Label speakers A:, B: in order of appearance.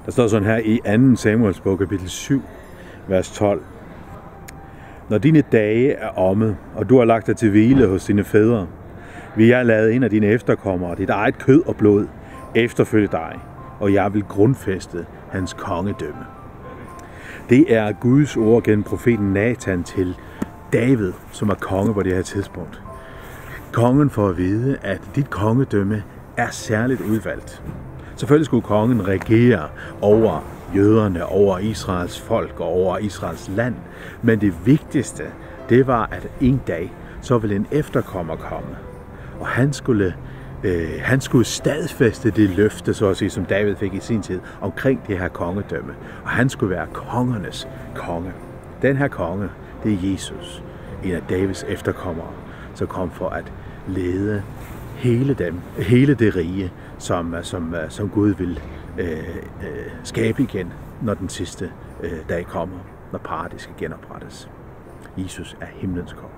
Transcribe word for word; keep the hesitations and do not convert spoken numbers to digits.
A: Der står sådan her i anden Samuels bog, kapitel syv, vers tolv. Når dine dage er omme, og du har lagt dig til hvile hos dine fædre, vil jeg lade en af dine efterkommere, dit eget kød og blod, efterfølge dig, og jeg vil grundfæste hans kongedømme. Det er Guds ord gennem profeten Nathan til David, som er konge på det her tidspunkt. Kongen får at vide, at dit kongedømme er særligt udvalgt. Selvfølgelig skulle kongen regere over jøderne, over Israels folk og over Israels land. Men det vigtigste, det var, at en dag, så ville en efterkommer komme. Og han skulle, øh, han skulle stadfæste det løfte, så at sige, som David fik i sin tid, omkring det her kongedømme. Og han skulle være kongernes konge. Den her konge, det er Jesus, en af Davids efterkommere, som kom for at lede hele, dem, hele det rige, som, som, som Gud vil øh, øh, skabe igen, når den sidste øh, dag kommer, når paradis skal genoprettes. Jesus er himlens konge.